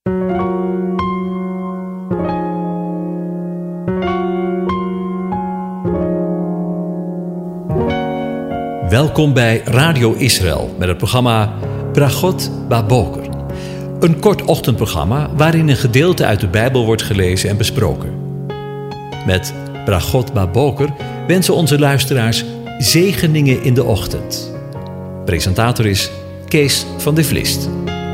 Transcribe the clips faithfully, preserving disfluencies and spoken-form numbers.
Welkom bij Radio Israël met het programma Bragot Baboker. Een kort ochtendprogramma waarin een gedeelte uit de Bijbel wordt gelezen en besproken. Met Bragot Baboker wensen onze luisteraars zegeningen in de ochtend. Presentator is Kees van de Vlist.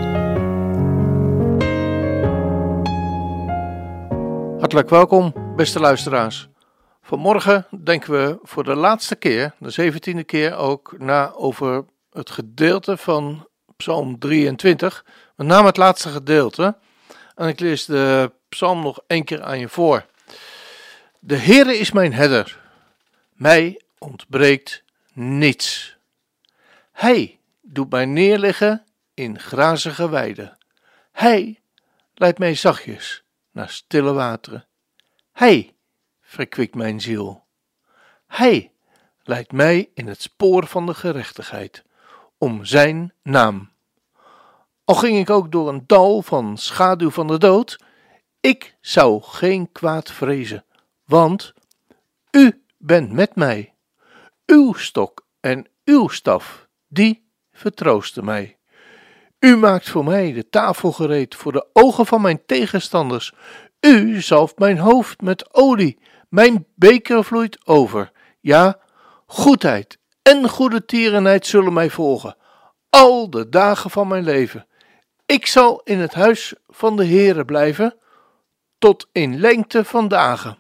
Hartelijk welkom, beste luisteraars. Vanmorgen denken we voor de laatste keer, de zeventiende keer ook, na over het gedeelte van Psalm drieëntwintig. Met name het laatste gedeelte. En ik lees de psalm nog één keer aan je voor. De Heere is mijn herder. Mij ontbreekt niets. Hij doet mij neerliggen in grazige weiden. Hij leidt mij zachtjes naar stille wateren. Hij verkwikt mijn ziel. Hij leidt mij in het spoor van de gerechtigheid, om zijn naam. Al ging ik ook door een dal van schaduw van de dood, ik zou geen kwaad vrezen, want u bent met mij. Uw stok en uw staf, die vertroosten mij. U maakt voor mij de tafel gereed voor de ogen van mijn tegenstanders. U zalft mijn hoofd met olie. Mijn beker vloeit over. Ja, goedheid en goede tierenheid zullen mij volgen, al de dagen van mijn leven. Ik zal in het huis van de Heere blijven, tot in lengte van dagen.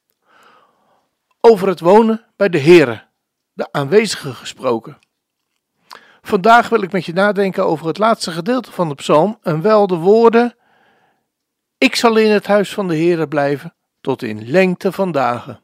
Over het wonen bij de Heere, de aanwezige gesproken. Vandaag wil ik met je nadenken over het laatste gedeelte van de psalm, en wel de woorden: ik zal in het huis van de Heere blijven, tot in lengte van dagen.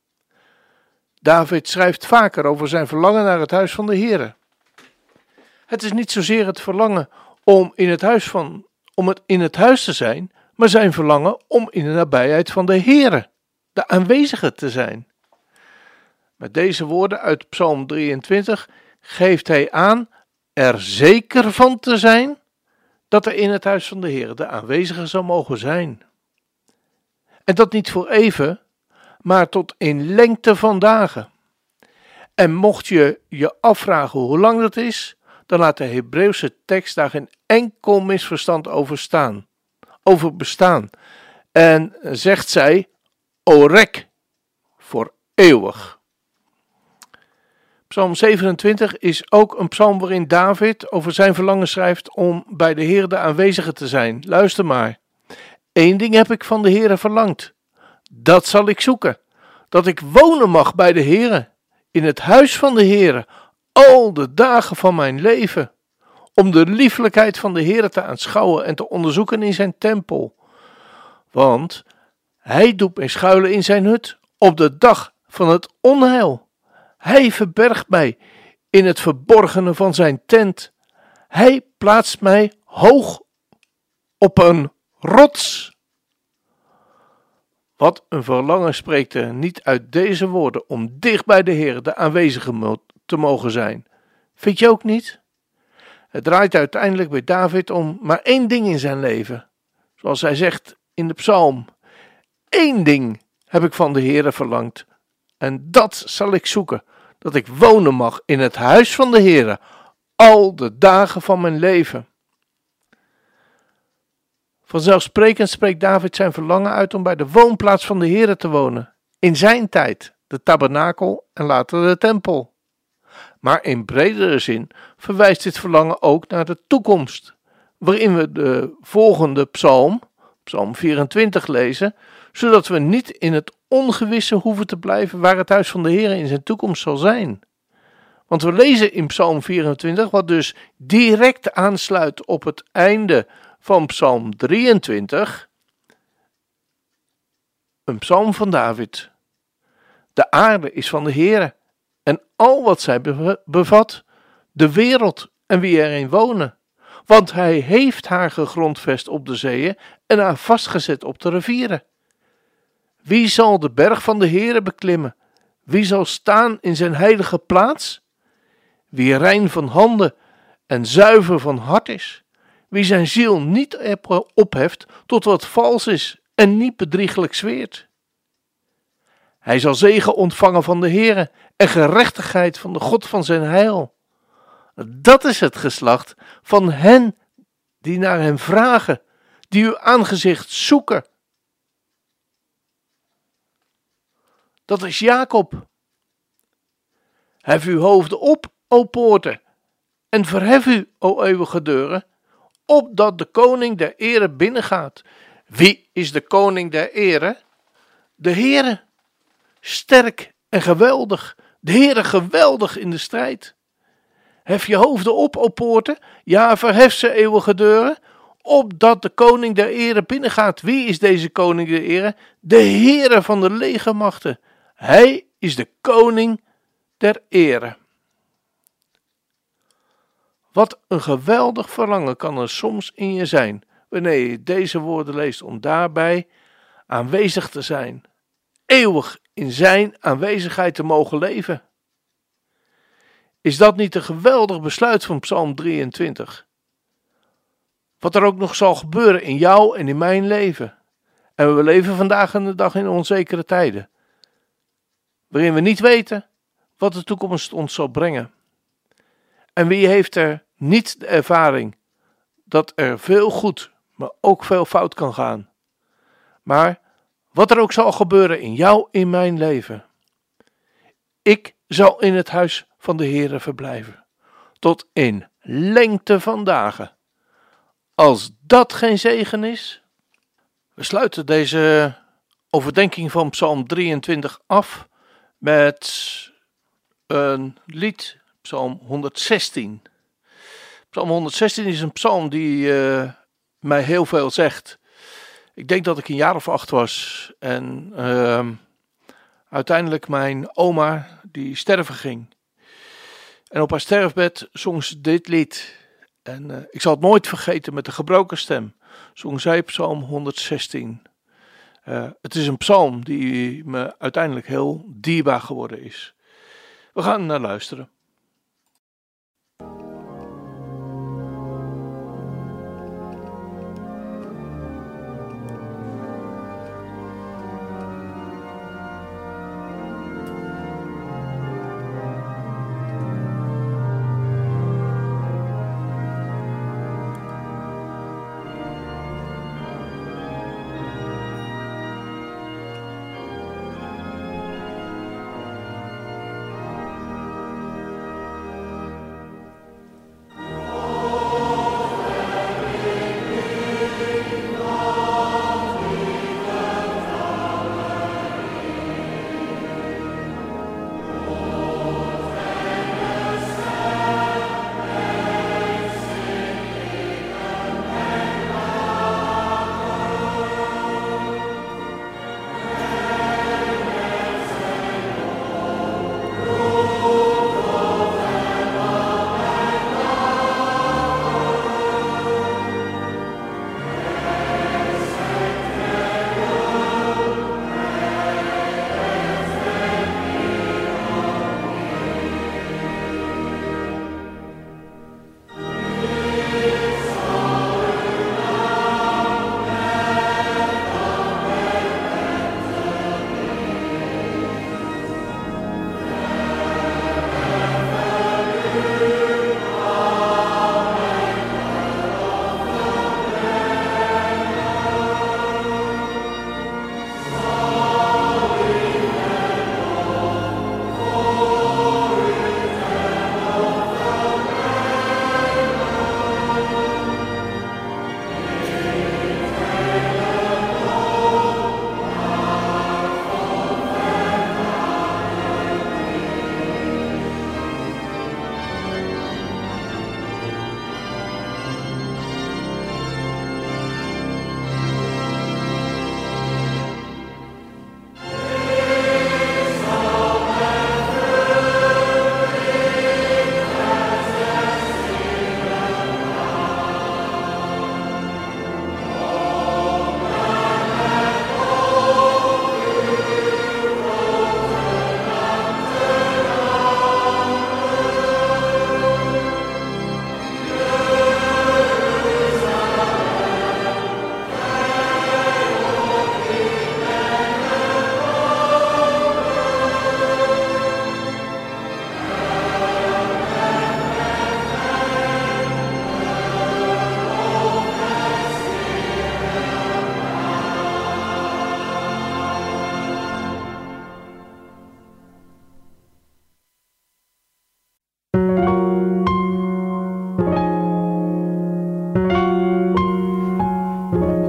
David schrijft vaker over zijn verlangen naar het huis van de Heere. Het is niet zozeer het verlangen om in het huis van, om het in het huis te zijn, maar zijn verlangen om in de nabijheid van de Heere, de aanwezige, te zijn. Met deze woorden uit Psalm drieëntwintig geeft hij aan er zeker van te zijn dat er in het huis van de Heere de aanwezige zal mogen zijn. En dat niet voor even, maar tot in lengte van dagen. En mocht je je afvragen hoe lang dat is, dan laat de Hebreeuwse tekst daar geen enkel misverstand over staan, over bestaan. En zegt zij, orek, voor eeuwig. Psalm zevenentwintig is ook een psalm waarin David over zijn verlangen schrijft om bij de Heer de aanwezige te zijn. Luister maar. Eén ding heb ik van de Heere verlangd, dat zal ik zoeken, dat ik wonen mag bij de Heere, in het huis van de Heere, al de dagen van mijn leven, om de liefelijkheid van de Heere te aanschouwen en te onderzoeken in zijn tempel. Want hij doet mij schuilen in zijn hut, op de dag van het onheil. Hij verbergt mij in het verborgene van zijn tent. Hij plaatst mij hoog op een rots. Wat een verlangen spreekt er niet uit deze woorden om dicht bij de Heer, de aanwezige, te mogen zijn. Vind je ook niet? Het draait uiteindelijk bij David om maar één ding in zijn leven. Zoals hij zegt in de psalm. Eén ding heb ik van de Heer verlangd. En dat zal ik zoeken. Dat ik wonen mag in het huis van de Heer. Al de dagen van mijn leven. Vanzelfsprekend spreekt David zijn verlangen uit om bij de woonplaats van de Heere te wonen. In zijn tijd, de tabernakel en later de tempel. Maar in bredere zin verwijst dit verlangen ook naar de toekomst, waarin we de volgende psalm, psalm vierentwintig, lezen, zodat we niet in het ongewisse hoeven te blijven waar het huis van de Heere in zijn toekomst zal zijn. Want we lezen in psalm vierentwintig, wat dus direct aansluit op het einde van psalm drieëntwintig, een psalm van David. De aarde is van de Heere en al wat zij bevat, de wereld en wie erin wonen. Want hij heeft haar gegrondvest op de zeeën en haar vastgezet op de rivieren. Wie zal de berg van de Heere beklimmen? Wie zal staan in zijn heilige plaats? Wie rein van handen en zuiver van hart is, wie zijn ziel niet opheft tot wat vals is en niet bedrieglijk zweert. Hij zal zegen ontvangen van de Heere en gerechtigheid van de God van zijn heil. Dat is het geslacht van hen die naar hem vragen, die uw aangezicht zoeken. Dat is Jacob. Hef uw hoofden op, o poorten, en verhef u, o eeuwige deuren, opdat de koning der ere binnengaat. Wie is de koning der ere? De Heere, sterk en geweldig, de Heere geweldig in de strijd. Hef je hoofden op, o poorten, ja, verhef ze, eeuwige deuren, opdat de koning der ere binnengaat. Wie is deze koning der ere? De Heere van de legermachten. Hij is de koning der ere. Wat een geweldig verlangen kan er soms in je zijn, wanneer je deze woorden leest, om daarbij aanwezig te zijn. Eeuwig in zijn aanwezigheid te mogen leven. Is dat niet een geweldig besluit van Psalm drieëntwintig? Wat er ook nog zal gebeuren in jou en in mijn leven. En we leven vandaag en de dag in onzekere tijden, waarin we niet weten wat de toekomst ons zal brengen. En wie heeft er niet de ervaring dat er veel goed, maar ook veel fout kan gaan. Maar wat er ook zal gebeuren in jou, in mijn leven. Ik zal in het huis van de Heere verblijven, tot in lengte van dagen. Als dat geen zegen is. We sluiten deze overdenking van Psalm drieëntwintig af met een lied, Psalm honderdzestien. Psalm honderdzestien is een psalm die uh, mij heel veel zegt. Ik denk dat ik een jaar of acht was en uh, uiteindelijk mijn oma die sterven ging. En op haar sterfbed zong ze dit lied. En uh, ik zal het nooit vergeten, met de gebroken stem zong zij Psalm honderdzestien. Uh, het is een psalm die me uiteindelijk heel dierbaar geworden is. We gaan naar luisteren.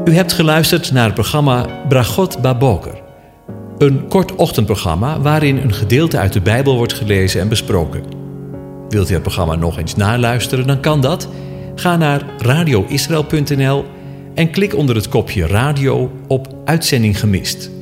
U hebt geluisterd naar het programma Bragot Baboker. Een kort ochtendprogramma waarin een gedeelte uit de Bijbel wordt gelezen en besproken. Wilt u het programma nog eens naluisteren, dan kan dat. Ga naar radio israël punt n l en klik onder het kopje radio op Uitzending gemist.